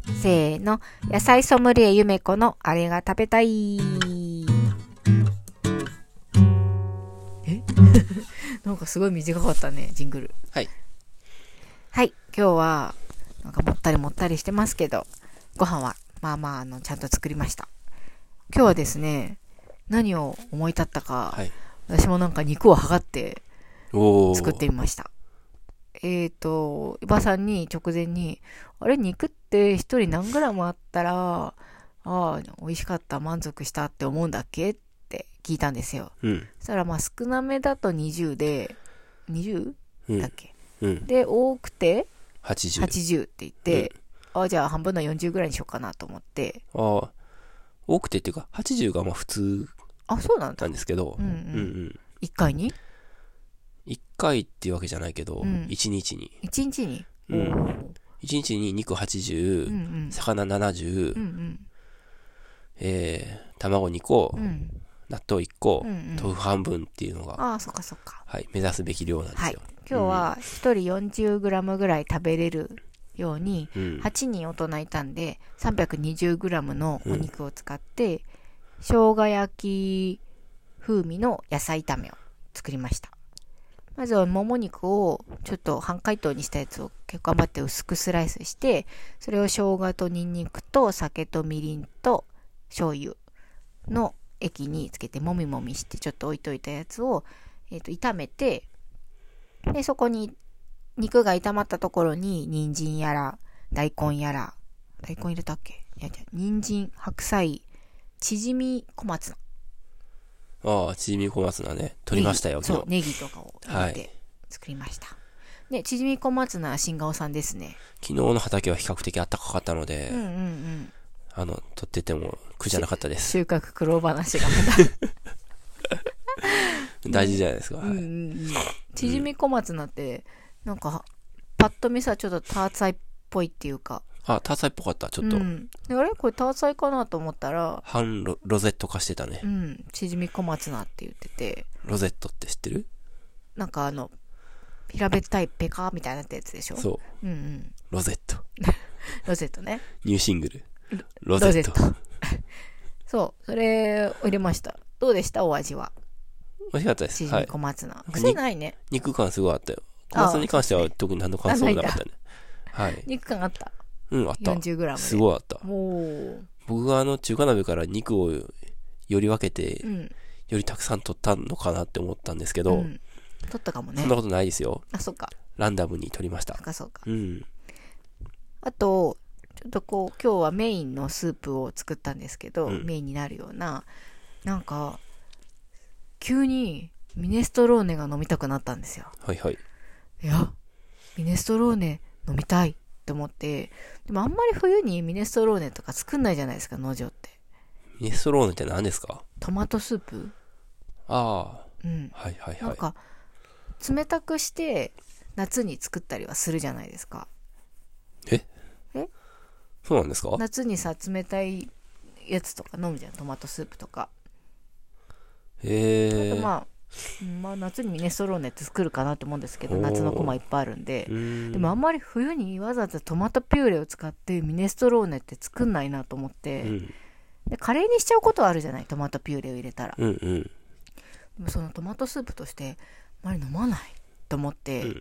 せーの、野菜ソムリエゆめこのあれが食べたい。なんかすごい短かったね、ジングル。 はい。 はい、今日はなんかもったりもったりしてますけど、ご飯はまあまあちゃんと作りました。今日はですね、何を思い立ったか、 はい、 私もなんか肉を測って作ってみました。伊庭さんに直前に、あれ肉って一人何グラムあったら、美味しかった、満足したって思うんだっけって聞いたんですよ。 うん。 そしたらまあ少なめだと20で、20? だっけ、 うん。 で、多くて 80。 80って言って、じゃあ半分の40ぐらいにしようかなと思って。 多くてっていうか、80がまあ普通そうなんだ。 なんですけど、 1回に 1回っていうわけじゃないけど、1日に。 1日に 1日に肉80、魚70、卵2個、納豆1個、豆腐半分っていうのが、 そっかそっか。 はい、目指すべき量なんですよ。 今日は1人 40g ぐらい食べれるように、8人大人いたんで 320g のお肉を使って、生姜焼き風味の野菜炒めを作りました。まずはもも肉をちょっと半解凍にしたやつを結構頑張って薄くスライスして、それを生姜とニンニクと酒とみりんと醤油の液につけてもみもみしてちょっと置いといたやつを、炒めて、でそこに肉が炒まったところに人参やら大根やら、大根入れたっけ？人参、白菜、縮み小松菜、 縮み小松菜ね。取りましたよ、 そう、ネギとかを入れて作りました。で、縮み小松菜は新顔さんですね。 昨日の畑は比較的暖かかったので、取ってても苦じゃなかったです。 収穫苦労話がまだ大事じゃないですか。 縮み小松菜って、なんか、パッと見さ、ちょっとターツァイっぽいっていうか。 ターツァイっぽかった、ちょっと。 あれこれターツァイかなと思ったら、 半ロゼット化してたね。 縮み小松菜って言ってて。 ロゼットって知ってる？ なんか平べったいペカみたいなやつでしょ？ そう。ロゼット。 ロゼットね。 ニューシングル。ロゼット。 そう、それを入れました。どうでしたお味は？ 美味しかったです。 縮み小松菜。癖ないね。 肉感すごいあったよ。小松菜に関しては特に何の感想もなかったね。はい。 肉感あった？ あった。 40g で。 すごいあった。僕が中華鍋から肉をより分けて、よりたくさん取ったのかなって思ったんですけど、 取ったかもね。 そんなことないですよ。 そっか。 ランダムに取りました。 そうか。あと、ちょっと今日はメインのスープを作ったんですけど、メインになるような、なんか、急にミネストローネが飲みたくなったんですよ。 はいはい。 いや、ミネストローネ飲みたいって思って、でもあんまり冬にミネストローネとか作んないじゃないですか、農場って。 ミネストローネって何ですか？ トマトスープ？はいはいはい。なんか、冷たくして夏に作ったりはするじゃないですか。 そうなんですか？ 夏にさ、冷たいやつとか飲むじゃん、トマトスープとか。あとまあ夏にミネストローネって作るかなと思うんですけど、夏のコマいっぱいあるんで。でもあんまり冬にわざわざトマトピューレを使ってミネストローネって作んないなと思って、でカレーにしちゃうことはあるじゃない、トマトピューレを入れたら。でもそのトマトスープとしてあまり飲まないと思って、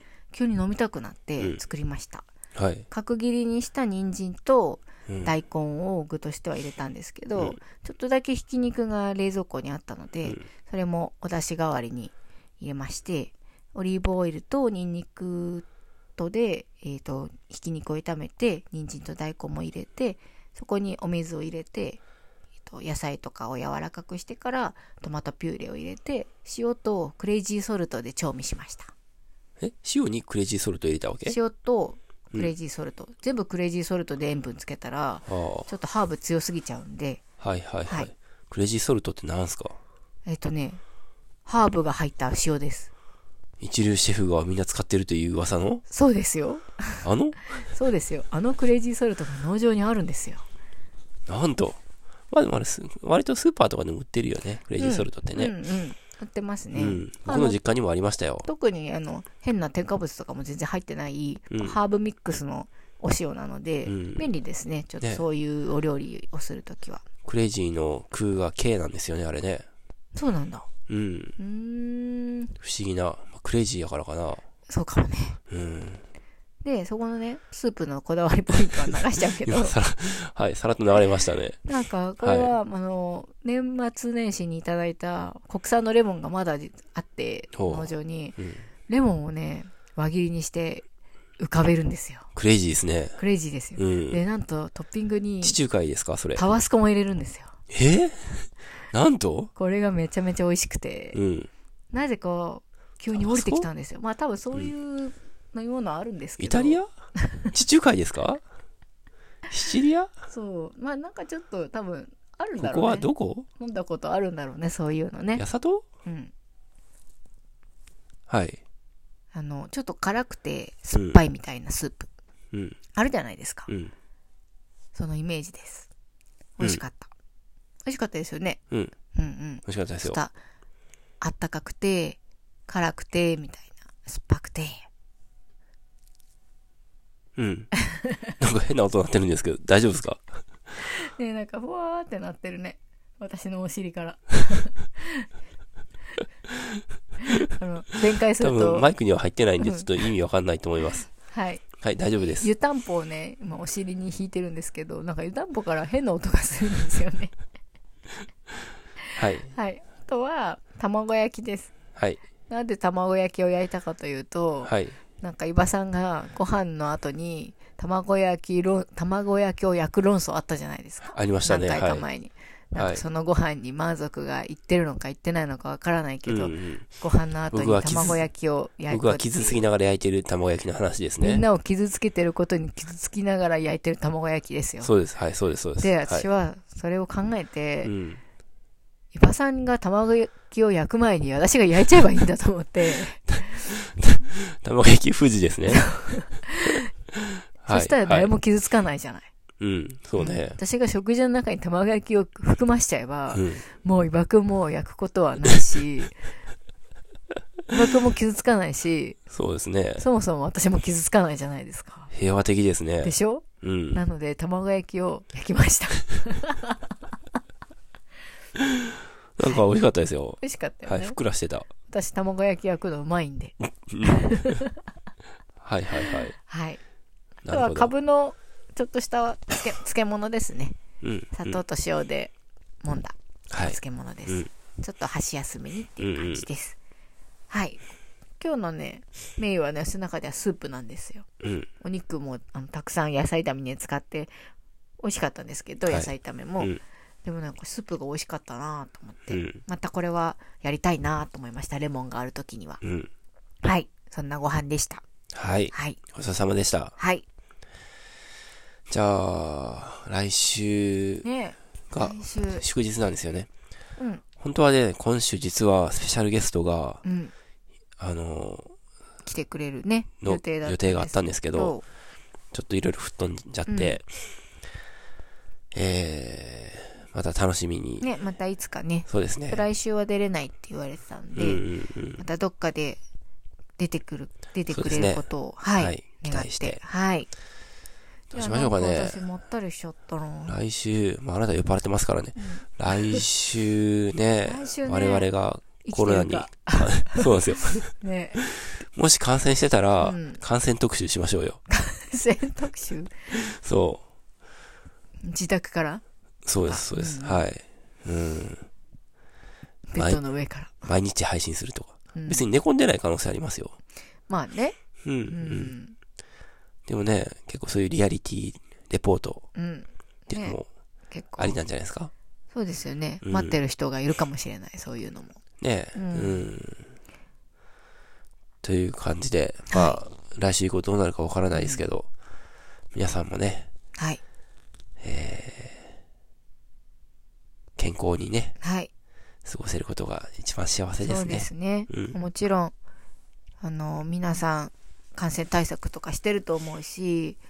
急に飲みたくなって作りました。角切りにした人参と大根を具としては入れたんですけど、ちょっとだけひき肉が冷蔵庫にあったので、それもお出汁代わりに入れまして、オリーブオイルとニンニクとで、ひき肉を炒めて、人参と大根も入れて、そこにお水を入れて、野菜とかを柔らかくしてからトマトピューレを入れて、塩とクレイジーソルトで調味しました。 塩にクレイジーソルト入れたわけ？ 塩とクレイジーソルト、全部クレイジーソルトで塩分つけたらちょっとハーブ強すぎちゃうんで。 クレイジーソルトって何すか？ ハーブが入った塩です。 一流シェフがみんな使ってるという噂の？ そうですよ。そうですよ。クレイジーソルトが農場にあるんですよ。 なんと。まあでも割とスーパーとかでも売ってるよね、クレイジーソルトってね。 売ってますね。 僕の実家にもありましたよ。 特に変な添加物とかも全然入ってない、ハーブミックスのお塩なので、便利ですね。ちょっとそういうお料理をするときは。 クレイジーの空が K なんですよね、あれね。 そうなんだ。 不思議な、クレイジーやからかな。 そうかもね。で、そこのね、スープのこだわりポイントは流しちゃうけど。 はい、さらっと流れましたね。 なんか、これは、年末年始にいただいた国産のレモンがまだあって、農場に、レモンをね、輪切りにして浮かべるんですよ。 クレイジーですね。 クレイジーですよ。で、なんとトッピングに、 地中海ですか、それ。 タバスコも入れるんですよ。 なんとこれがめちゃめちゃ美味しくて、なぜか急に降りてきたんですよ。まあ多分そういう飲み物あるんですけど。 イタリア地中海ですかシチリアそう。まあなんかちょっと多分あるんだろうね。 ここはどこ飲んだことあるんだろうね、そういうのね。 八里はい。 ちょっと辛くて酸っぱいみたいなスープ。あるじゃないですか。そのイメージです。美味しかった。美味しかったですよね。 美味しかったですよ。 あったかくて、辛くて、みたいな。酸っぱくて。 なんか変な音鳴ってるんですけど、大丈夫ですかね、なんかふわーってなってるね。私のお尻から。弁解すると。 多分マイクには入ってないんで、ちょっと意味わかんないと思います。 はい。 はい、大丈夫です。 湯たんぽをね、今お尻に引いてるんですけど、なんか湯たんぽから変な音がするんですよね。 はい。 はい。あとは、卵焼きです。 はい。 なんで卵焼きを焼いたかというと、 はい。 なんか伊庭さんがご飯の後に卵焼きを焼く論争あったじゃないですか。 ありましたね。 何回か前に。はい、なんかそのご飯に満足がいってるのかいってないのかわからないけど、ご飯の後に卵焼きを焼いた。 僕は傷つきながら焼いてる卵焼きの話ですね。 みんなを傷つけてることに傷つきながら焼いてる卵焼きですよ。 そうです。はい、そうです、そうです。 で、私はそれを考えて、伊庭さんが卵焼きを焼く前に私が焼いちゃえばいいんだと思って。 卵焼き富士ですね。 そしたら誰も傷つかないじゃない。 そうね。 私が食事の中に卵焼きを含ましちゃえば、もう伊庭くんも焼くことはないし、伊庭くんも傷つかないし、 そうですね。 そもそも私も傷つかないじゃないですか。 平和的ですね。 でしょ？なので卵焼きを焼きました。 なんか美味しかったですよ。 美味しかったよね。 はい、ふっくらしてた。 私卵焼き焼くのうまいんで。 はいはいはい。 はい。あとはカブのちょっとした漬物ですね。砂糖と塩で揉んだ漬物です。ちょっと箸休めにっていう感じです。はい。今日のね、メインはね、その中ではスープなんですよ。お肉もたくさん野菜炒めに使って美味しかったんですけど、野菜炒めも。でもなんかスープが美味しかったなと思って、またこれはやりたいなと思いました。レモンがあるときには。はい。そんなご飯でした。 はい。はい。ごちそうさまでした。 はい。 じゃあ、来週が祝日なんですよね。本当はね、今週実はスペシャルゲストが、 来てくれるね、 予定があったんですけど、ちょっといろいろ吹っ飛んじゃって、また楽しみに。 ね、またいつかね。 そうですね。 来週は出れないって言われてたんで、またどっかで出てくれることを、はい、 期待して。 はい。 どうしましょうかね。 私もったりしちゃったな。 来週、あなた酔っ払ってますからね。来週ね、我々がコロナに、そうなんですよ。ね。もし感染してたら、感染特集しましょうよ。 感染特集？ そう。 自宅から？ そうです、そうです。はい。 ベッドの上から。 毎日配信するとか。別に寝込んでない可能性ありますよ。 まあね。 でもね、結構そういうリアリティレポートっていうのもありなんじゃないですか。 そうですよね。待ってる人がいるかもしれない、そういうのも。 ねという感じで、まあ、来週以降どうなるかわからないですけど、皆さんもね、 はい。 健康にね、 はい。 過ごせることが一番幸せですね。 そうですね。もちろん、皆さん、感染対策とかしてると思うし、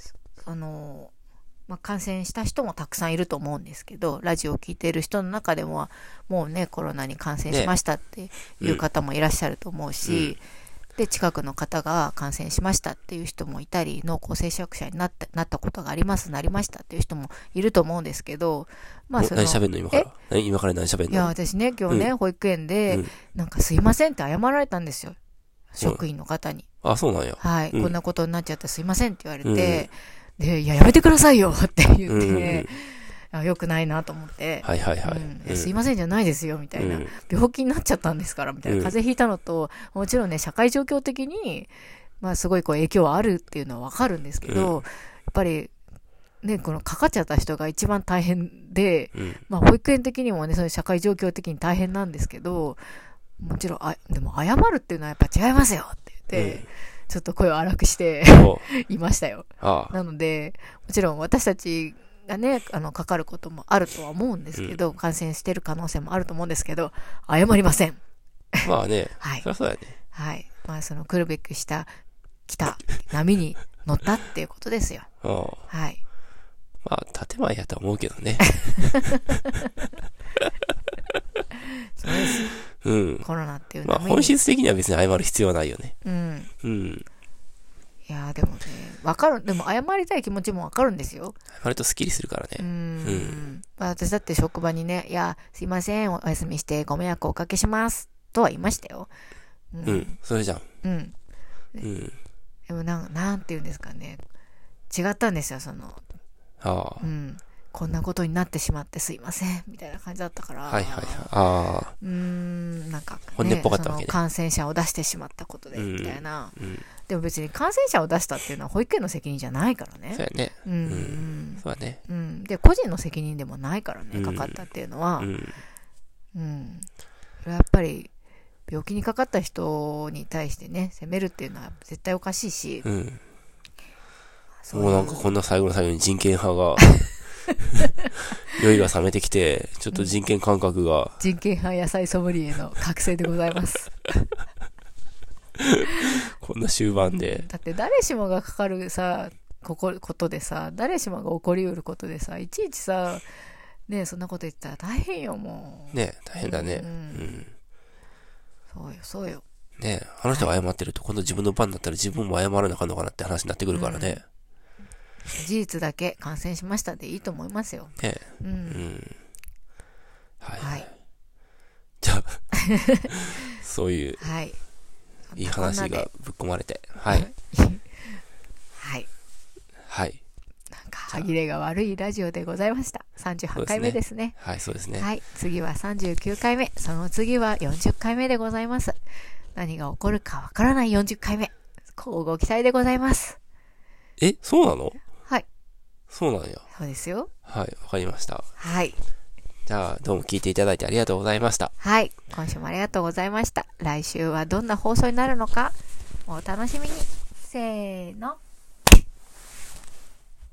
感染した人もたくさんいると思うんですけど、ラジオを聞いている人の中でも、もうね、コロナに感染しましたっていう方もいらっしゃると思うし、 で、近くの方が感染しましたっていう人もいたり、濃厚接触者になったことがあります、なりましたっていう人もいると思うんですけど、 まあ何喋んの今から。今から何喋んの？ いや、私ね、今日ね、保育園で、なんかすいませんって謝られたんですよ。職員の方に。 あ、そうなんや。 はい。こんなことになっちゃってすいませんって言われて、で、いや、やめてくださいよって言って、良くないなと思って。 はいはいはい。 すいませんじゃないですよ、みたいな。病気になっちゃったんですから、みたいな。風邪ひいたのと、もちろんね、社会状況的に、まあすごい影響はあるっていうのはわかるんですけど、やっぱり、ね、このかかっちゃった人が一番大変で、まあ保育園的にもね、そういう社会状況的に大変なんですけど、もちろん、でも謝るっていうのはやっぱ違いますよって言って、ちょっと声を荒くしていましたよ。なので、もちろん私たちがね、かかることもあるとは思うんですけど、感染してる可能性もあると思うんですけど、謝りません。 まあね。 はい。 そりゃそうやね。 はい。まあ来るべく来た波に乗ったっていうことですよ。はい。 まあ、建前やと思うけどね。 そうです。コロナっていうのは。 まあ、本質的には別に謝る必要はないよね。 いやでもね、でも謝りたい気持ちもわかるんですよ。 謝るとスッキリするからね。 私だって職場にね、いや、すいません、お休みしてご迷惑をおかけします。とは言いましたよ。 それじゃん。 でもなんて言うんですかね。違ったんですよ、こんなことになってしまってすいません、みたいな感じだったから。 はいはいはい。 なんか、ね、 本音っぽかったわけね。 感染者を出してしまったことで、みたいな。でも別に感染者を出したっていうのは保育園の責任じゃないからね。 そうやね。そうやね。 で、個人の責任でもないからね、かかったっていうのは。やっぱり、病気にかかった人に対してね、責めるっていうのは絶対おかしいし。 もうなんかこんな最後の最後に人権派が、酔いが冷めてきて、ちょっと人権感覚が。 人権派野菜ソムリエの覚醒でございます。 こんな終盤で。 だって誰しもがかかるさ、ことでさ、誰しもが起こりうることでさ、いちいちさ、ねえ、そんなこと言ったら大変よ、もう。 ねえ、大変だね。 そうよ、そうよ。 ねえ、あの人が謝ってると、今度自分の番になったら自分も謝らなあかんのかなって話になってくるからね。 事実だけ感染しましたでいいと思いますよ。 ねはい。じゃあ、そういう、いい話がぶっ込まれて。はい。はい。 なんか、歯切れが悪いラジオでございました。38回目ですね。 はい、そうですね。 はい。次は39回目。その次は40回目でございます。何が起こるかわからない40回目。乞うご期待でございます。 そうなの？ はい。 そうなんや。 そうですよ。 はい、わかりました。 はい。 じゃあ、どうも聞いていただいてありがとうございました。 はい。今週もありがとうございました。来週はどんな放送になるのか、お楽しみに。せーの。